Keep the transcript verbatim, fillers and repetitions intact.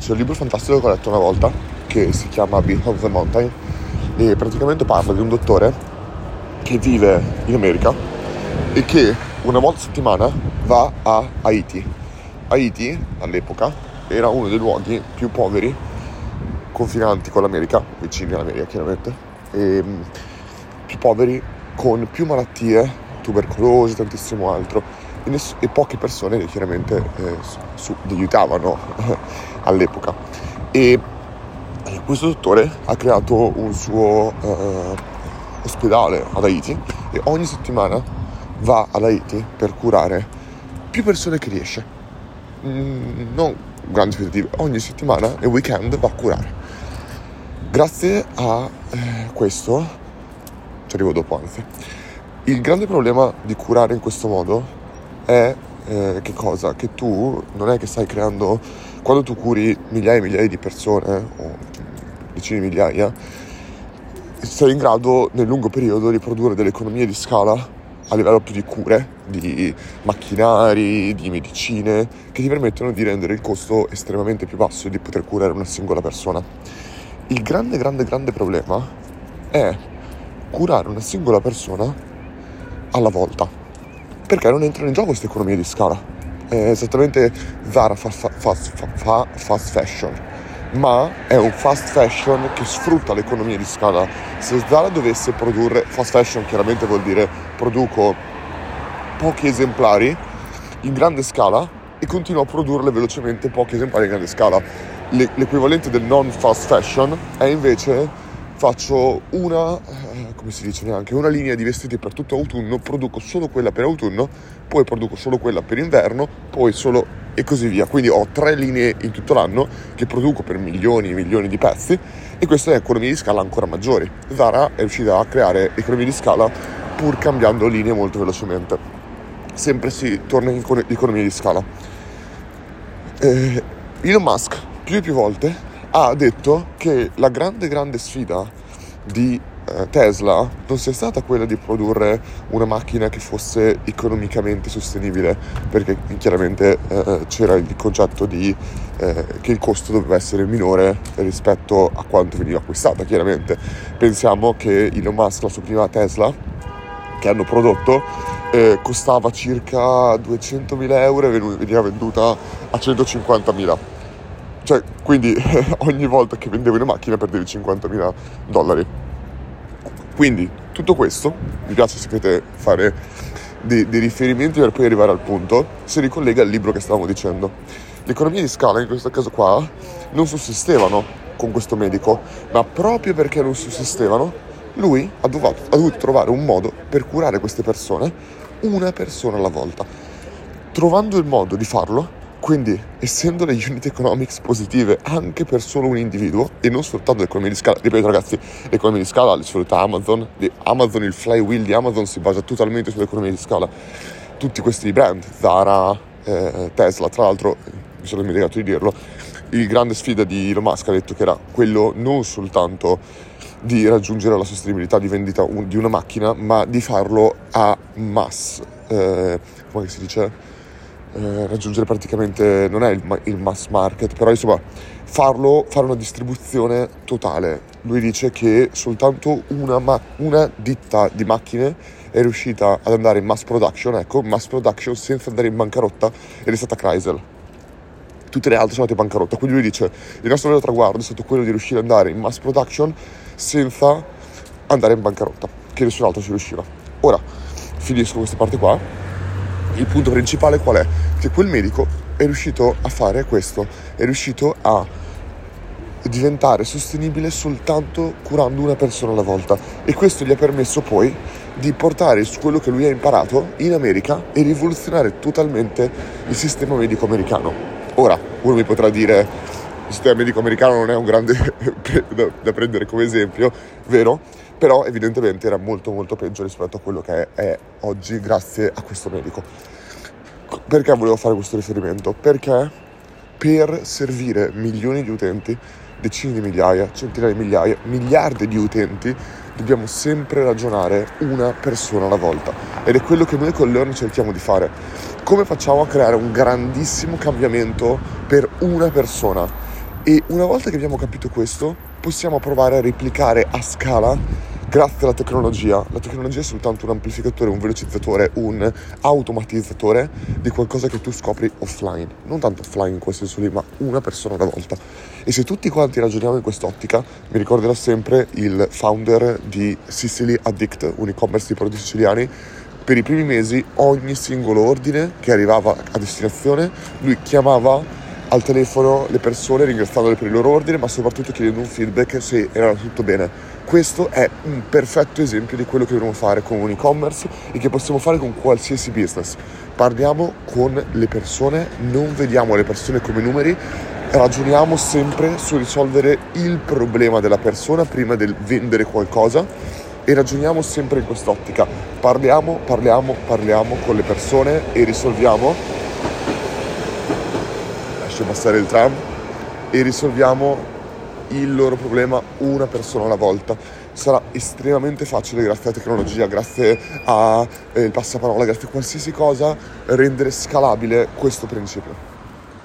c'è un libro fantastico che ho letto una volta che si chiama Behind the Mountain e praticamente parla di un dottore che vive in America e che una volta a settimana va a Haiti. Haiti all'epoca era uno dei luoghi più poveri confinanti con l'America, vicini all'America chiaramente, e più poveri, con più malattie, tubercolosi, tantissimo altro, e, ness- e poche persone che chiaramente eh, su- li aiutavano all'epoca. E eh, questo dottore ha creato un suo eh, ospedale ad Haiti e ogni settimana va ad Haiti per curare più persone che riesce. Mm, non grandi aspettative, ogni settimana nel weekend va a curare. Grazie a eh, questo, ci arrivo dopo anzi, il grande problema di curare in questo modo è eh, che cosa? Che tu non è che stai creando, quando tu curi migliaia e migliaia di persone o decine di migliaia, sei in grado nel lungo periodo di produrre delle economie di scala a livello più di cure, di macchinari, di medicine, che ti permettono di rendere il costo estremamente più basso e di poter curare una singola persona. Il grande, grande, grande problema è curare una singola persona alla volta, perché non entrano in gioco queste economie di scala. È esattamente Zara fa, fa, fa, fa fast fashion, ma è un fast fashion che sfrutta l'economia di scala. Se Zara dovesse produrre fast fashion, chiaramente vuol dire produco pochi esemplari in grande scala e continuo a produrle velocemente pochi esemplari in grande scala. L'equivalente del non fast fashion è invece faccio una, eh, come si dice neanche, una linea di vestiti per tutto autunno, produco solo quella per autunno, poi produco solo quella per inverno, poi solo e così via. Quindi ho tre linee in tutto l'anno che produco per milioni e milioni di pezzi e queste è economie di scala ancora maggiori. Zara è riuscita a creare economie di scala pur cambiando linee molto velocemente. Sempre si torna in economia di scala. Eh, Elon Musk più e più volte ha detto che la grande grande sfida di eh, Tesla non sia stata quella di produrre una macchina che fosse economicamente sostenibile, perché chiaramente eh, c'era il concetto di eh, che il costo doveva essere minore rispetto a quanto veniva acquistata. Chiaramente pensiamo che Elon Musk, la sua prima Tesla che hanno prodotto, eh, costava circa duecentomila euro e veniva venduta a centocinquantamila. Cioè, quindi ogni volta che vendevi una macchina perdevi cinquantamila dollari. Quindi tutto questo, mi piace sapete fare dei, dei riferimenti per poi arrivare al punto, si ricollega al libro che stavamo dicendo. Le economie di scala in questo caso qua non sussistevano con questo medico, ma proprio perché non sussistevano, lui ha dovuto, ha dovuto trovare un modo per curare queste persone, una persona alla volta. Trovando il modo di farlo, quindi essendo le unit economics positive anche per solo un individuo e non sfruttando l'economia di scala, ripeto ragazzi, l'economia di scala le sfrutta Amazon, Amazon, il flywheel di Amazon si basa totalmente sull'economia di scala. Tutti questi brand, Zara, eh, Tesla, tra l'altro, mi sono dimenticato di dirlo, il grande sfida di Elon Musk ha detto che era quello non soltanto di raggiungere la sostenibilità di vendita un, di una macchina, ma di farlo a mass, eh, come si dice? Eh, raggiungere praticamente, non è il, il mass market, però insomma farlo, fare una distribuzione totale. Lui dice che soltanto una, ma- una ditta di macchine è riuscita ad andare in mass production, ecco, mass production senza andare in bancarotta, ed è stata Chrysler. Tutte le altre sono andate in bancarotta, quindi lui dice il nostro vero traguardo è stato quello di riuscire ad andare in mass production senza andare in bancarotta, che nessun altro ci riusciva. Ora finisco questa parte qua. Il punto principale qual è? Che quel medico è riuscito a fare questo, è riuscito a diventare sostenibile soltanto curando una persona alla volta, e questo gli ha permesso poi di portare quello che lui ha imparato in America e rivoluzionare totalmente il sistema medico americano. Ora, uno mi potrà dire il sistema medico americano non è un grande da, da prendere come esempio, vero? Però evidentemente era molto molto peggio rispetto a quello che è, è oggi grazie a questo medico. Perché volevo fare questo riferimento? Perché per servire milioni di utenti, decine di migliaia, centinaia di migliaia, miliardi di utenti, dobbiamo sempre ragionare una persona alla volta, ed è quello che noi con Learn cerchiamo di fare. Come facciamo a creare un grandissimo cambiamento per una persona? E una volta che abbiamo capito questo, possiamo provare a replicare a scala grazie alla tecnologia. La tecnologia è soltanto un amplificatore, un velocizzatore, un automatizzatore di qualcosa che tu scopri offline. Non tanto offline in quel senso lì, ma una persona alla volta. E se tutti quanti ragioniamo in quest'ottica, mi ricorderà sempre il founder di Sicily Addict, un e-commerce di prodotti siciliani. Per i primi mesi, ogni singolo ordine che arrivava a destinazione, lui chiamava al telefono le persone ringraziandole per il loro ordine, ma soprattutto chiedendo un feedback se era tutto bene. Questo è un perfetto esempio di quello che dobbiamo fare con un e-commerce e che possiamo fare con qualsiasi business. Parliamo con le persone, non vediamo le persone come numeri, ragioniamo sempre su risolvere il problema della persona prima del vendere qualcosa e ragioniamo sempre in quest'ottica. Parliamo, parliamo, parliamo con le persone e risolviamo. Lascio passare il tram e risolviamo il loro problema una persona alla volta. Sarà estremamente facile grazie alla tecnologia, grazie al eh, passaparola, grazie a qualsiasi cosa, rendere scalabile questo principio.